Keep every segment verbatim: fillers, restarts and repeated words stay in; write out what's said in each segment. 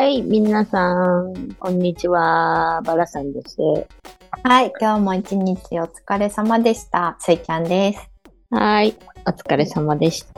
い、皆さん、こんにちは。バラさんです。 はい、今日も一日お疲れ様でした。スイちゃんです。 はい、お疲れ様でした。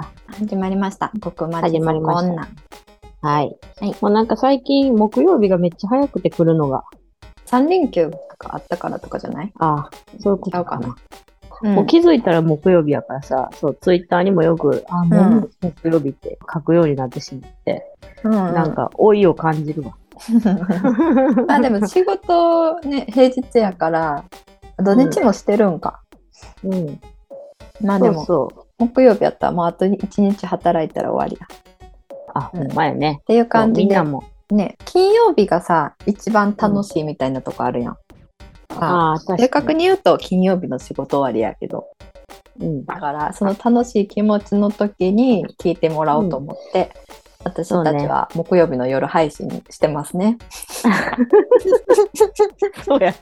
始まりました。極ま始まりました。はい。はい、もうなんか最近、木曜日がめっちゃ早くて来るのが。 さん連休とかあったからとかじゃない？ ああ、そういうことかな。 うん、 もう気づいたら木曜日やからさ、そう、ツイッターにもよく、あ、もう木曜日って書くようになってしまって、うんうん、なんか老いを感じるわ。 まあでも仕事ね、平日やから、土日もしてるんか。 うん。うん、 まあでもそうそう、木曜日やったらもうあといちにち働いたら終わりや。 あ、ほんまやね。 っていう感じで。 みんなも。 ね、金曜日がさ、一番楽しいみたいなとこあるやん。うん、ああ、正確に言うと金曜日の仕事終わりやけど。うん、だからその楽しい気持ちの時に聞いてもらおうと思って、うん、私たちは木曜日の夜配信してますね。 そうやった。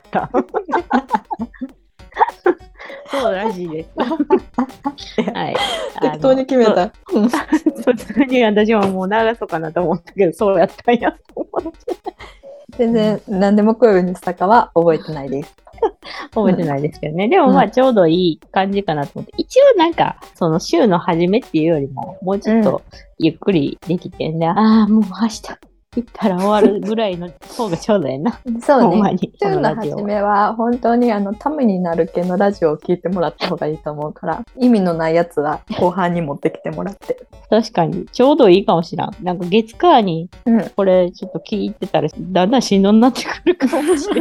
そうらしいです。はい。 適当に決めた。 普通に私はもう流そうかなと思ったけど、そうやったんやと思って。 全然何で木曜日にしたかは覚えてないです。 覚えてないですけどね。でもまあちょうどいい感じかなと思って。うん、一応なんか、その週の初めっていうよりも、もうちょっとゆっくりできてんで、うん、ああ、もう明日行ったら終わるぐらいの方がちょうどやな。 そうね。週の初めは本当にあのためになる系のラジオを聞いてもらった方がいいと思うから、意味のないやつは後半に持ってきてもらって。 確かに、ちょうどいいかもしらん。なんか月火にこれちょっと聞いてたら、うん、だんだんしんどになってくるかもしれない。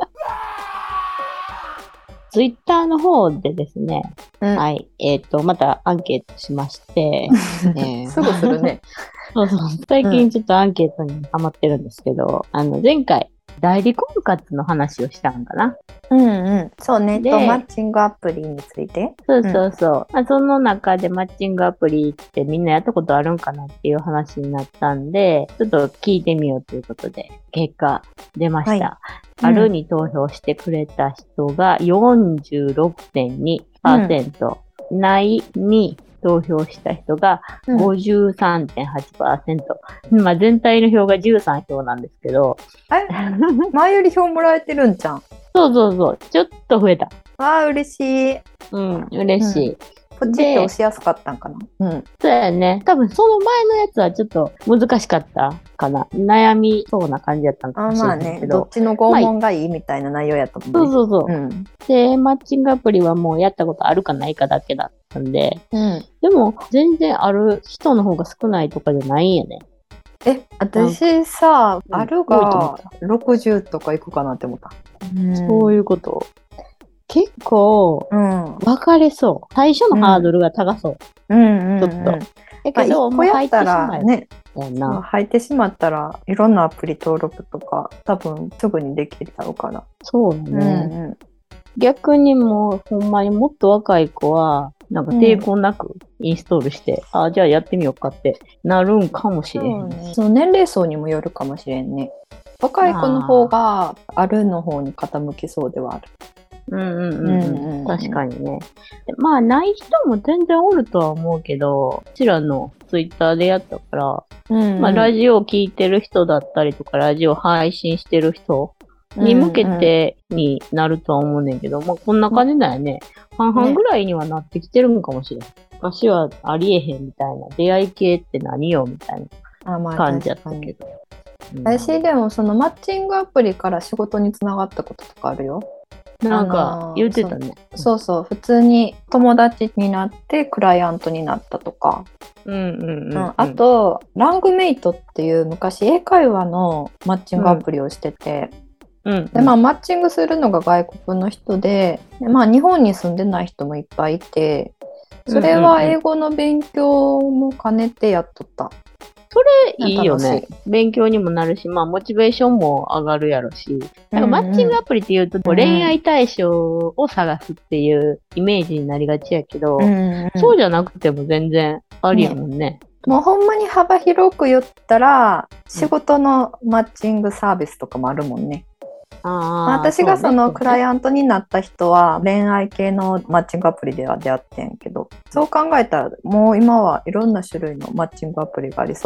ツイッターの方でですね、うん、はい、えっと、またアンケートしまして、 えー、すぐするね。 そうそう、最近ちょっとアンケートにハマってるんですけど、うん、あの、前回、代理婚活の話をしたんかな。 うんうん。そうね。と、マッチングアプリについて。 そうそうそう。うん、まあ、その中でマッチングアプリってみんなやったことあるんかなっていう話になったんで、ちょっと聞いてみようということで、結果出ました。はい、あるに投票してくれた人が よんじゅうろくてんにパーセント、うん、ないに投票した人が ごじゅうさんてんはちパーセント、うん、まあ全体の票がじゅうさん票なんですけど、 え前より票もらえてるんじゃん。 そうそうそう、ちょっと増えた。 わあ、嬉しい。 うん、嬉しい。うん、 ポチって押しやすかったんかな。 うん。そうやね。多分その前のやつはちょっと難しかったかな。悩みそうな感じやったんかもしれないけど。あ、まあね。 どっちの拷問がいいみたいな内容やったもんね。 そうそうそう。うん、で、マッチングアプリはもうやったことあるかないかだけだったんで。うん。でも、全然ある人の方が少ないとかじゃないんやね。 え、私さ、うん、あるがろくじゅうとかいくかなって思った。 うん、そういうこと。結構、うん、分かれそう。最初のハードルが高そう。 うん、ちょっと。だけど、 もう入ってしまうね。入ってしまったら、いろんなアプリ登録とか、多分すぐにできちゃうから。 そうね。うんうん、逆にもう、ほんまにもっと若い子は、なんか抵抗なくインストールして、うん、あ、じゃあやってみようかってなるんかもしれん。 そうね。その年齢層にもよるかもしれんね。若い子の方が、あるの方に傾きそうではある。 うんうんうんうん、確かにね。まあ、ない人も全然おるとは思うけど、うちらのツイッターでやったから、うんうん、まあ、ラジオを聞いてる人だったりとか、ラジオ配信してる人に向けてになるとは思うねんけど、うんうん、まあ、こんな感じだよね。半々ぐらいにはなってきてるんかもしれない。昔はありえへんみたいな、出会い系って何よみたいな感じだったけど。 うん、私でもそのマッチングアプリから仕事につながったこととかあるよ。 なんか言ってたね。 そうそう、普通に友達になってクライアントになったとか。 うんうんうんうん、 あとラングメイトっていう昔英会話のマッチングアプリをしてて、うんうん、でまあ、マッチングするのが外国の人で、で、まあ、日本に住んでない人もいっぱいいて、それは英語の勉強も兼ねてやっとった。 それいいよね。勉強にもなるし、まあ、モチベーションも上がるやろし。なんかマッチングアプリっていうと、うんうん、恋愛対象を探すっていうイメージになりがちやけど、うんうん、そうじゃなくても全然ありやもんね。ね、 もうほんまに幅広く言ったら、仕事のマッチングサービスとかもあるもんね。あ私がそのクライアントになった人は恋愛系のマッチングアプリでは出会ってんけど、そう考えたらもう今はいろんな種類のマッチングアプリがありそう。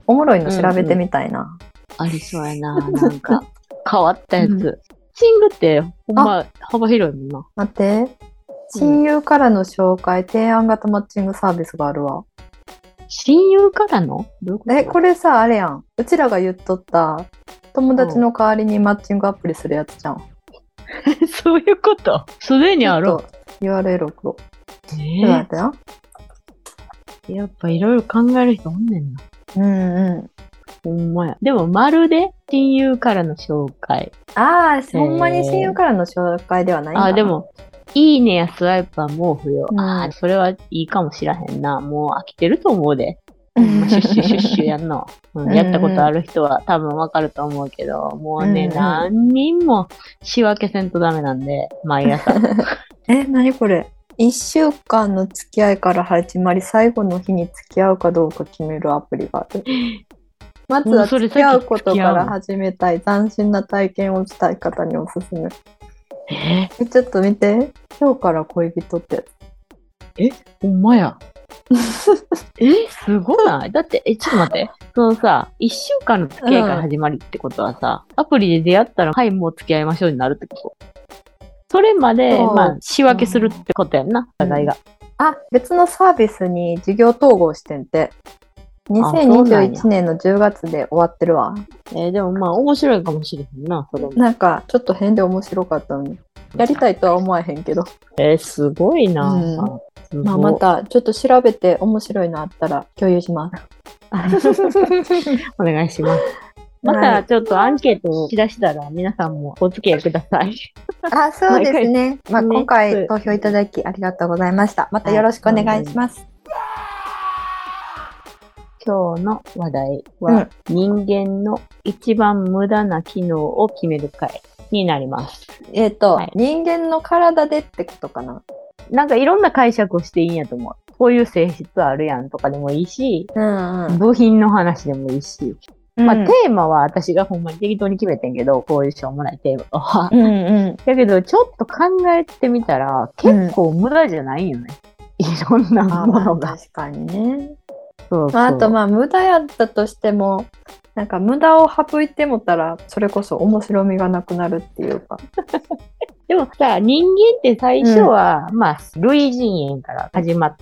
おもろいの調べてみたいな。うんうん、 ありそうやな、なんか。変わったやつ。うん、シングってほんま幅広いもんな。 待って。親友からの紹介、提案型マッチングサービスがあるわ。 親友からの？どういうこと？ え、これさ、あれやん。うちらが言っとった友達の代わりにマッチングアプリするやつじゃん。 そういうこと？すでにある。 ユーアールエル 送ろう。 えー、やったよ。やっぱいろいろ考える人おんねんな。 うんうん。 ほんまや。でもまるで親友からの紹介。 ああ、ほんまに親友からの紹介ではないんだな。 あ、でも、いいねやスワイプはもう不要。うん、ああ、それはいいかもしらへんな。もう飽きてると思うで。シュッシュシュッシュやんの。うん、やったことある人は多分わかると思うけど、もうね、うんうん、何人も仕分けせんとダメなんで、毎朝。 え、なにこれ？いっしゅうかんの付き合いから始まり、最後の日に付き合うかどうか決めるアプリがある。まずは付き合うことから始めたい、斬新な体験をしたい方におすすめ。 ええ、ちょっと見て。今日から恋人ってやつ。 え、ほんまや。え、すごないだって、え、ちょっと待って。そのさ、いっしゅうかんの付き合いから始まりってことはさ、うん、アプリで出会ったら、はい、もう付き合いましょうになるってこと？それまで、まあ、仕分けするってことやんな、お互いが。 あ、別のサービスに事業統合してんて。にせんにじゅういちねんのじゅうがつで終わってるわ。 えー、でもまあ面白いかもしれへんな、それも。 なんかちょっと変で面白かったのに。やりたいとは思わへんけど。 えー、すごいな、 うん、まあまたちょっと調べて面白いのあったら共有します。 お願いします。またちょっとアンケートをしだしたら皆さんもお付き合いください。 あ、そうですね。まあ、今回投票いただきありがとうございました。またよろしくお願いします。 今日の話題は、うん、人間の一番無駄な機能を決める会になります。 えっと、はい、人間の体でってことかな。 なんかいろんな解釈をしていいんやと思う。こういう性質あるやんとかでもいいし、 うんうん、 部品の話でもいいし、うん、まあテーマは私がほんまに適当に決めてんけど、こういうしょうもないテーマは。 うんうん、 だけどちょっと考えてみたら結構無駄じゃないよね。うん、いろんなものが。 確かにね。 そうそう、 あとまあ無駄やったとしてもなんか無駄を省いてもたらそれこそ面白みがなくなるっていうかでもさ人間って最初は、うん、まあ類人猿から始まって、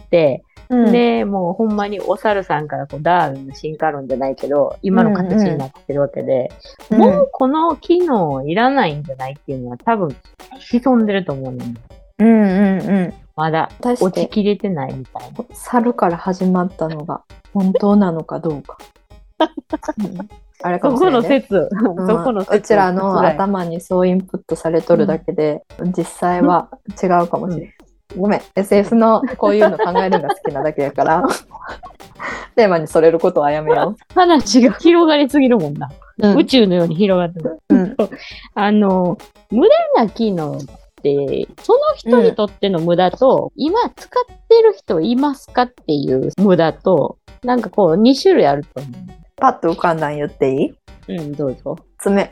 うん、でもうほんまにお猿さんからこうダーウィンの進化論じゃないけど今の形になってるわけで、うんうん、もうこの機能いらないんじゃないっていうのは多分潜んでると思うのよ。 うんうんうん、 まだ落ちきれてないみたいな。 猿から始まったのが本当なのかどうか。うん、あれかもしれない、ね。 そこの説、うん、そこの説。 うちらの頭にそうインプットされとるだけで、うん、実際は違うかもしれない。うん、ごめん、エスエフ のこういうの考えるのが好きなだけやから、テーマにそれることはやめよう。 話が広がりすぎるもんな。うん、宇宙のように広がってる。うん、あの、無駄な機能でその人にとっての無駄と、うん、今使ってる人いますかっていう無駄と、なんかこうに種類あると思う。 パッと浮かんだん言っていい？ うん、どうぞ。 爪。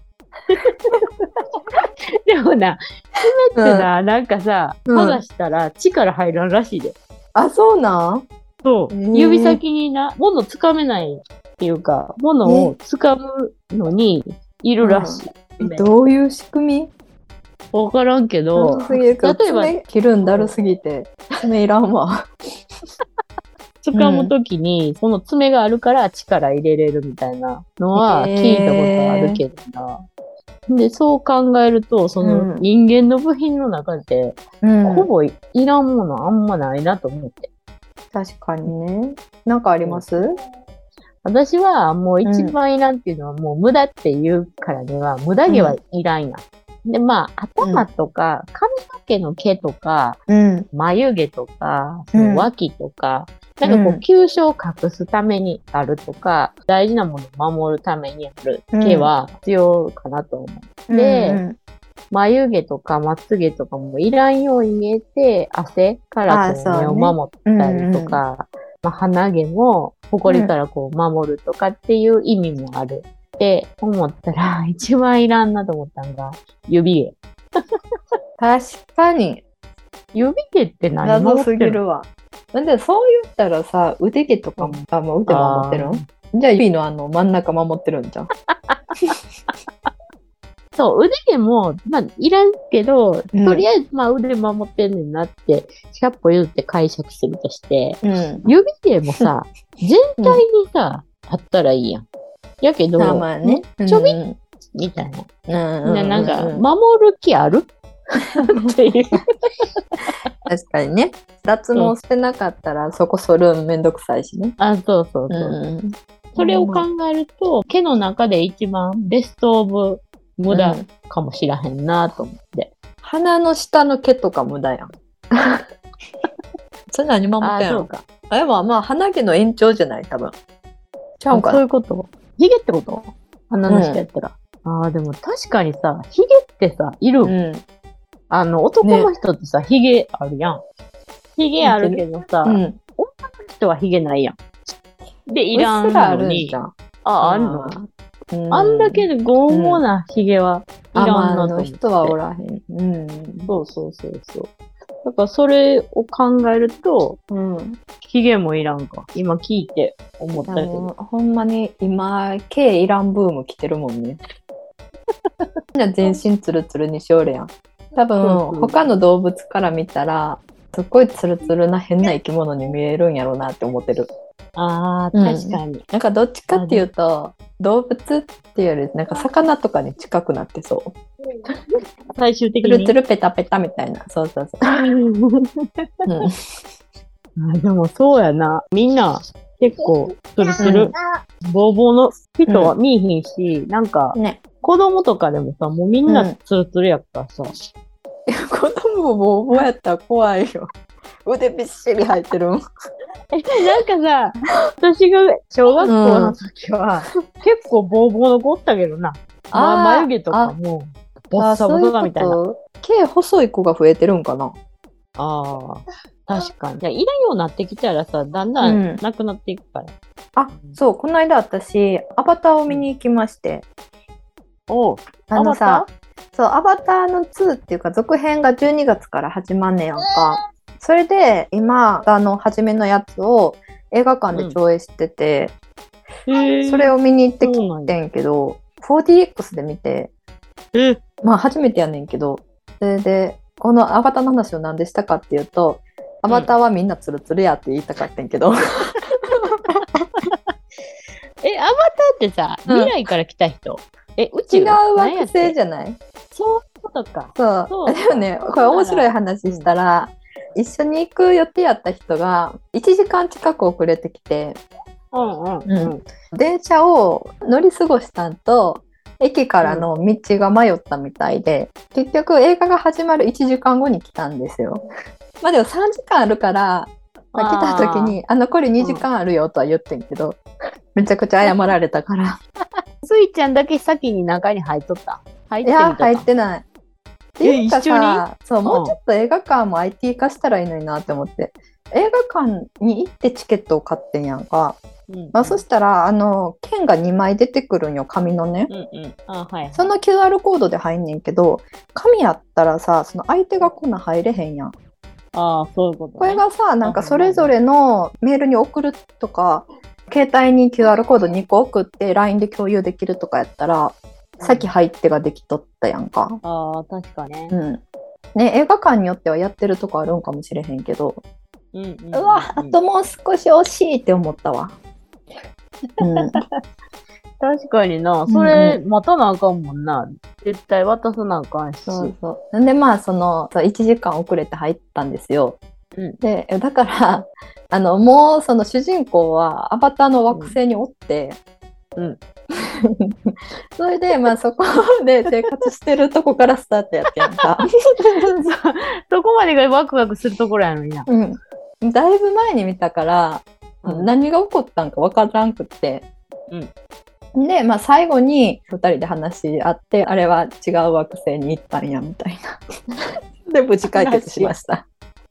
でもな、爪ってな、うん、なんかさ、剥がしたら力入らんらしいで。 あ、そうなん？ そう。指先にな、物つかめないっていうか、物をつかむのにいるらしい。 うん、どういう仕組み？ わからんけど、 例えば爪切るんだるすぎて爪いらんわ。 掴むときに、うん、その爪があるから力入れれるみたいなのは聞いたことあるけどな。えー、で、そう考えると、その人間の部品の中で、うん、ほぼいらんものあんまないなと思って。 確かにね。なんかあります？ 私はもう一番いらんっていうのは、もう無駄っていうからには、無駄毛はいらんや。うん、で、まあ、頭とか、髪の毛の毛とか、うん、眉毛とか、その脇とか、うん、なんかこう、急所を隠すためにあるとか、うん、大事なものを守るためにある毛は必要かなと思う。うん、で、うん、眉毛とかまつ毛とかもいらんように見えて、汗からこう目を守ったりとか、ね、まあ、鼻毛も埃からこう守るとかっていう意味もある。って思ったら、一番いらんなと思ったのが、指毛。 確かに。 指毛って何謎すぎるわ。なんでそう言ったらさ、腕毛とかも、あ、もう腕も持ってるの？ じゃあ指のあの真ん中守ってるんじゃん。 そう、腕毛も、まあ、いらんけど、 うんとりあえず、まあ、腕守ってんねんなって、ひゃっぽ譲って解釈するとして、 うん指毛もさ、全体にさ、あったらいいやん。やけど、 あまあね、 ちょびっうんみたいな。 うんうんうん、 ななんか、守る気あるっていう。 確かにね。脱毛してなかったらそこ剃るんめんどくさいしね。 あ、そうそうそう。 うん、 それを考えると、毛の中で一番ベストオブ無駄かもしらへんなと思って。 うん、鼻の下の毛とか無駄やん。それ何守ってんの？あ、そうか。あれはまあ鼻毛の延長じゃない多分。 ちゃうかな。そういうこと？ヒゲってこと？鼻の下やったら。うん、ああ、でも確かにさ、ヒゲってさ、いる。うん、あの、男の人ってさ、ね、ヒゲあるやん。ヒゲあるけどさ、うん、女の人はヒゲないやん。で、いらんのに。ああ、あるの？あんだけで剛毛なヒゲはいらんなと思って。 あの人はおらへん。うん。 そうそうそうそう。だからそれを考えると、うん、ヒゲもいらんか。今聞いて思ったけど。 ほんまに今、毛いらんブーム来てるもんね。みんな全身ツルツルにしよるやん。多分、うんうん、他の動物から見たら、すっごいツルツルな変な生き物に見えるんやろうなって思ってる。 ああ、確かに、 うん。なんかどっちかっていうと、動物っていうより、なんか魚とかに近くなってそう。 最終的に。 ツルツルペタペタみたいな。そうそうそう。 うん、あでもそうやな。みんな結構ツルツル、うん、ボーボーの人は見えひんし、うん、なんか、ね、子供とかでもさ、もうみんなツルツルやったらさ。うん、いや子供もボーボーやったら怖いよ。腕びっしり入ってるもん。 え、なんかさ、私が小学校の時は、うん、結構ボーボーの子おったけどな。まあ、眉毛とかも、ボッサボサだみたいな。 毛細い子が増えてるんかな。 ああ、確かに。いや、いらんようになってきたらさ、だんだんなくなっていくから。うん、 あ、そう、この間私、アバターを見に行きまして。 おう、 あのさ、そう、アバターのツーっていうか、続編がじゅうにがつから始まんねやんか。それで今あの初めのやつを映画館で上映してて、うん、それを見に行ってきてんけど フォーディーエックス で見て、まあ初めてやねんけど、それでこのアバターの話を何でしたかっていうと、アバターはみんなツルツルやって言いたかったんけど、うん、えアバターってさ、未来から来た人、うん、え宇宙違う惑星じゃない？ そういうことか。 そうそうでもね、これ面白い話したら、うん、一緒に行く予定やった人がいちじかん近く遅れてきて、うんうんうん、電車を乗り過ごしたんと駅からの道が迷ったみたいで、うん、結局映画が始まるいちじかんごに来たんですよ。まあでもさんじかんあるから、まあ、来た時にあ残りにじかんあるよとは言ってんけど、うん、めちゃくちゃ謝られたからスイちゃんだけ先に中に入っとった？入ってみた？いや入ってない。っていうかさ、そう、もうちょっと映画館も アイティー 化したらいいのになって思って、映画館に行ってチケットを買ってんやんか、うんうん、まあ、そしたらあの券がにまい出てくるんよ、紙のね、うんうん、あ、はいはい、その キューアール コードで入んねんけど、紙やったらさ、その相手がこんな入れへんやん。 あ、そういうことね。 これがさ、なんかそれぞれのメールに送るとか、携帯に キューアール コードにこ送って ライン で共有できるとかやったら、先入ってができとったやんか。 ああ、確かね。 うん。ね、映画館によってはやってるとこあるんかもしれへんけど、うんうんうんうん、うわ、あともう少し惜しいって思ったわ。うん、 確かにな、それ待たなあかんもんな。絶対渡さなあかんし。 そうそう。なんでまあそのいちじかん遅れて入ったんですよ。うん、でだからあのもうその主人公はアバターの惑星におって、うん、うんそれでまあそこで生活してるとこからスタートやってやんかそこまでがワクワクするところやのにな、 うん、だいぶ前に見たから、うん、何が起こったんか分からんくって、うん、で、まあ、最後にふたりで話し合って、あれは違う惑星に行ったんやみたいなで無事解決しました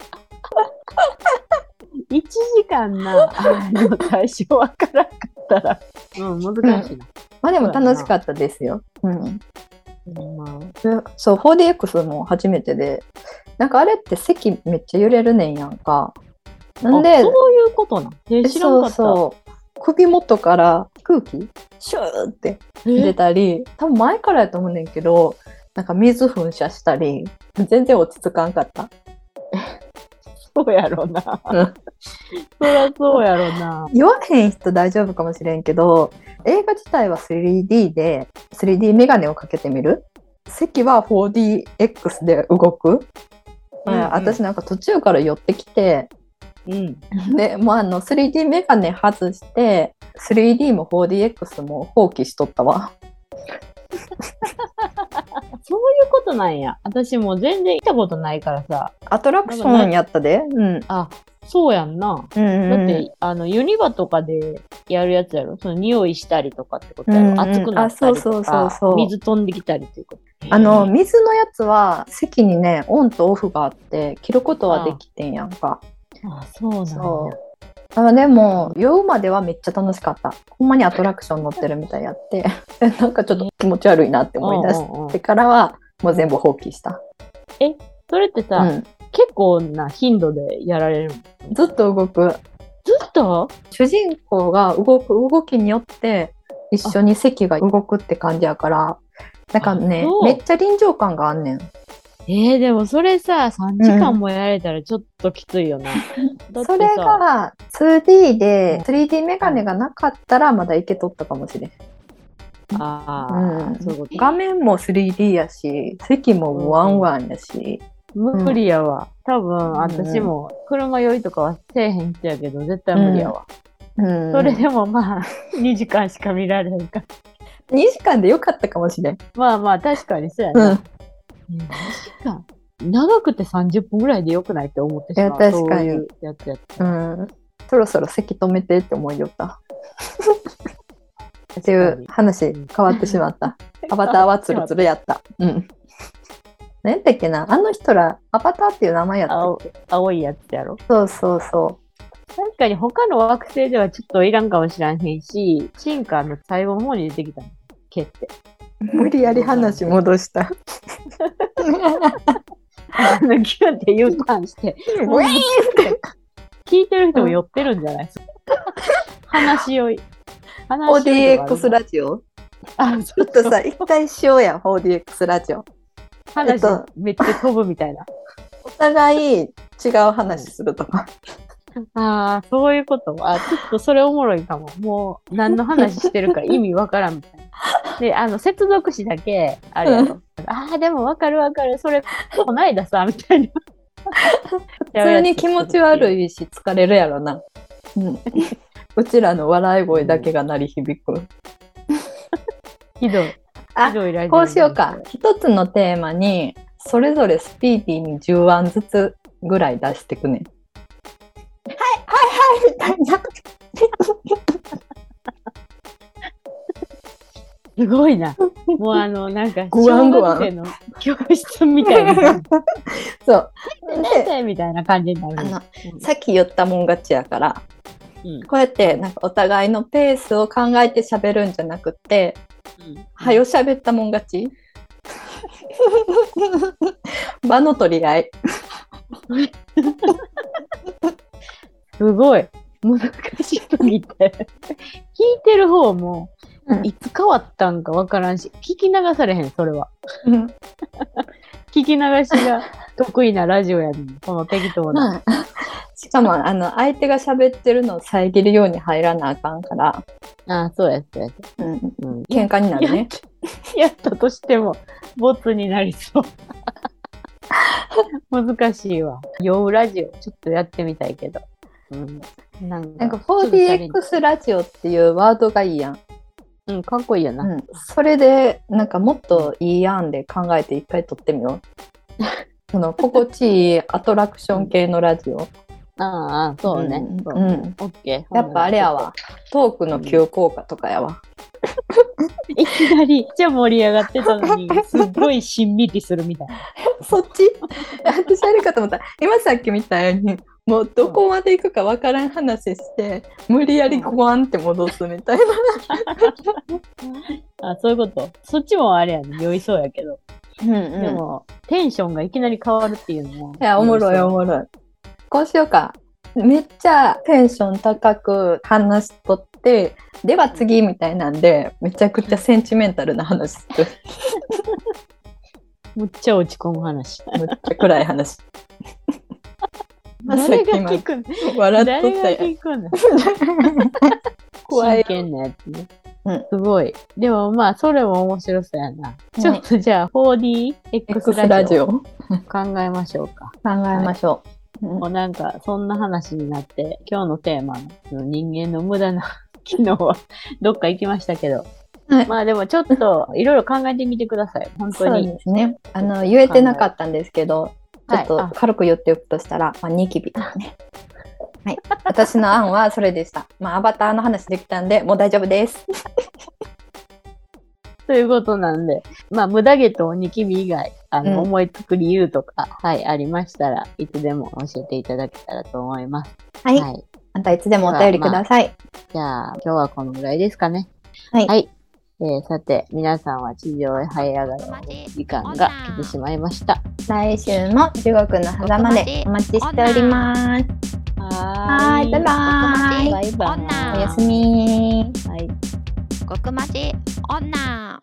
いちじかんな最初分からんかったら、うん、難しいな、うん、 まあでも楽しかったですよ。うん。まあ、そう、フォーディーエックス も初めてで、なんかあれって席めっちゃ揺れるねんやんか。なんで、 そういうことな。え、知らんかった。 そうそう。 首元から空気シューって出たり、多分前からやと思うねんけど、なんか水噴射したり、全然落ち着かんかった。 そうやろな。そりゃそうやろな。 言わへん人大丈夫かもしれんけど、映画自体は スリーディー で スリーディー メガネをかけてみる。席は フォーディーエックス で動く。うんうん、私なんか途中から寄ってきて、うん、でもうあの スリーディー メガネ外して スリーディー も フォーディーエックス も放棄しとったわ。 そういうことなんや。私もう全然行ったことないからさ。 アトラクションやったで。うん。 あ、そうやんな。うんうん、だってあのユニバとかでやるやつやろ。その匂いしたりとかってことやろ。うんうん、熱くなったりとか、そうそうそうそう、水飛んできたりっていうこと。 あの水のやつは席にねオンとオフがあって着ることはできてんやんか。 ああ、そうなんや。 あ、でも酔うまではめっちゃ楽しかった。ほんまにアトラクション乗ってるみたいやってなんかちょっと気持ち悪いなって思い出してからはもう全部放棄した。 え、それってさ、うん、結構な頻度でやられるの？ずっと動く。 ずっと？ 主人公が動く動きによって一緒に席が動くって感じやから、なんかねめっちゃ臨場感があんねん。 えー、でもそれささんじかんもやられたらちょっときついよな、 うん、それが ツーディー で スリーディー メガネがなかったらまだいけとったかもしれん。ああ、うん、そういうこと。画面も スリーディー やし席もワンワンやし、 うん、無理やわ。多分私も車酔いとかはせえへん人やけど絶対無理やわ、うんうん、それでもまあにじかんしか見られへんかにじかんでよかったかもしれん。 まあまあ確かにそうやな、うんにじかん長くてさんじゅっぷんぐらいでよくないって思ってしまう。いや確かに。そういうやつやった、 うん、そろそろ席止めてって思いよったっていう話変わってしまったアバターはツルツルやった。うん何やったっけな、あの人らアバターっていう名前やったっけ。 青、青いやつやろ。 そうそうそう。 確かに他の惑星ではちょっといらんかもしれへんし、シンカーの最後の方に出てきたの毛って無理やり話戻したキュンって U ターンして聞いてる人も寄ってるんじゃないですか話し酔い。 フォーディーエックス ラジオ。あ、ちょっとさ一回しようや フォーディーエックス ラジオ。 話、えっと、めっちゃ飛ぶみたいな。 お互い違う話するとか。 ああ、そういうこと。あ、ちょっとそれおもろいかも。もう何の話してるか意味わからんみたいな。で、あの接続詞だけあるやろ。ああ、でもわかるわかる。それこないださみたいな。 普通に気持ち悪いし疲れるやろな。うん、うちらの笑い声だけが鳴り響く。 ひどい。 あ、こうしようか。一つのテーマにそれぞれスピーディーにじゅうあんずつぐらい出してくね。はいはいはいみたいな。 すごいな。もうあのなんか小学生の教室みたいな。 そう。 でみたいな感じになる。 あの、うん、さっき言ったもん勝ちやから、うん、こうやってなんかお互いのペースを考えて喋るんじゃなくて、うん、はよ喋ったもん勝ち。場の取り合い。 すごい難しすぎて聞いてる方もいつ変わったんかわからんし、聞き流されへんそれは。聞き流しが得意なラジオやねんこの適当な、 まあ、しかもあの相手が喋ってるのを遮るように入らなあかんから。 ああ、そうやそうや、 うんうん、喧嘩になるね。 やったとしてもボツになりそう難しいわ。酔うラジオちょっとやってみたいけど、 うん、なんか フォーディーエックス ラジオっていうワードがいいやん。 うん、かっこいいやな、 うん、それでなんかもっといい案で考えて一回撮ってみようその心地いいアトラクション系のラジオ。 ああ、そうね、うん、そうね、うん、 オッケー。やっぱあれやわ、トークの急降下とかやわ、 うん、いきなりじゃ盛り上がってたのにすっごいしんみりするみたいなそっち私あれかと思った。今さっきみたいにもうどこまで行くかわからん話して無理やりゴワンって戻すみたいなあ、そういうこと。そっちもあれやね、酔いそうやけど、うんうん、でもテンションがいきなり変わるっていうのも、 いやおもろいおもろい。こうしようか。めっちゃテンション高く話しとって、では次みたいなんでめちゃくちゃセンチメンタルな話する。 むっちゃ落ち込む話。 むっちゃ暗い話。 誰が聞くの？ 笑っとったやん。 誰が聞くの？ 怖い。 真剣なやつね。 うん、 すごい。でもまあそれも面白そうやな。ちょっとじゃあ フォーディーエックス ラジオ考えましょうか。 考えましょう。はい、もうなんかそんな話になって今日のテーマの人間の無駄な機能はどっか行きましたけど。はい、まあでもちょっといろいろ考えてみてください。本当に。 そうですね。あの言えてなかったんですけど、ちょっと軽く言っておくとしたら、まあ、ニキビとかね。はい。私の案はそれでした。まあアバターの話できたんでもう大丈夫です。 ということなんで、まあ無駄毛とニキビ以外あの、うん、思いつく理由とかはいありましたらいつでも教えていただけたらと思います。 はい。はい、またいつでもお便りください。 まあ、じゃあ今日はこのぐらいですかね。 はい。 はい。えー、さて皆さんは地上へ這い上がる時間が来てしまいました。 来週も地獄の狭間でお待ちしております。 はーい。 バイバイ。 バイバイ。 おやすみ。 はい。 極まち女。